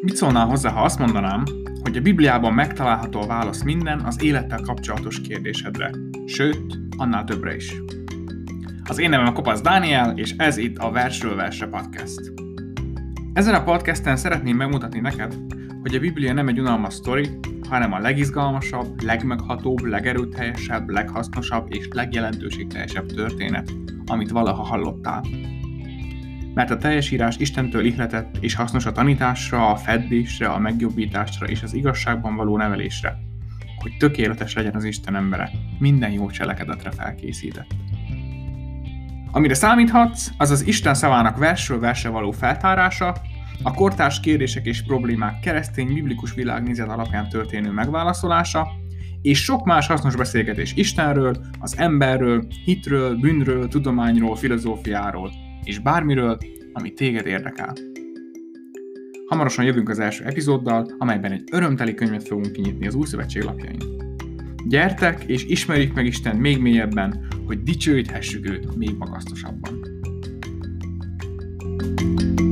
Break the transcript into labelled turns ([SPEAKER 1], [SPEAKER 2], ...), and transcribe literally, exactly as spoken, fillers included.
[SPEAKER 1] Mit szólnál hozzá, ha azt mondanám, hogy a Bibliában megtalálható a válasz minden az élettel kapcsolatos kérdésedre, sőt, annál többre is. Az én nevem a Kopasz Dániel, és ez itt a Versről Versre podcast. Ezen a podcasten szeretném megmutatni neked, hogy a Biblia nem egy unalmas sztori, hanem a legizgalmasabb, legmeghatóbb, legerőteljesebb, leghasznosabb és legjelentőségteljesebb történet, amit valaha hallottál. Mert a teljes írás Istentől ihletett és hasznos a tanításra, a feddésre, a megjobbításra és az igazságban való nevelésre, hogy tökéletes legyen az Isten embere, minden jó cselekedetre felkészített. Amire számíthatsz, az az Isten szavának versről versre való feltárása, a kortárs kérdések és problémák keresztény biblikus világnézet alapján történő megválaszolása, és sok más hasznos beszélgetés Istenről, az emberről, hitről, bűnről, tudományról, filozófiáról, és bármiről, ami téged érdekel. Hamarosan jövünk az első epizóddal, amelyben egy örömteli könyvet fogunk kinyitni az Új Szövetség lapjain. Gyertek és ismerjük meg Isten még mélyebben, hogy dicsőíthessük őt még magasztosabban.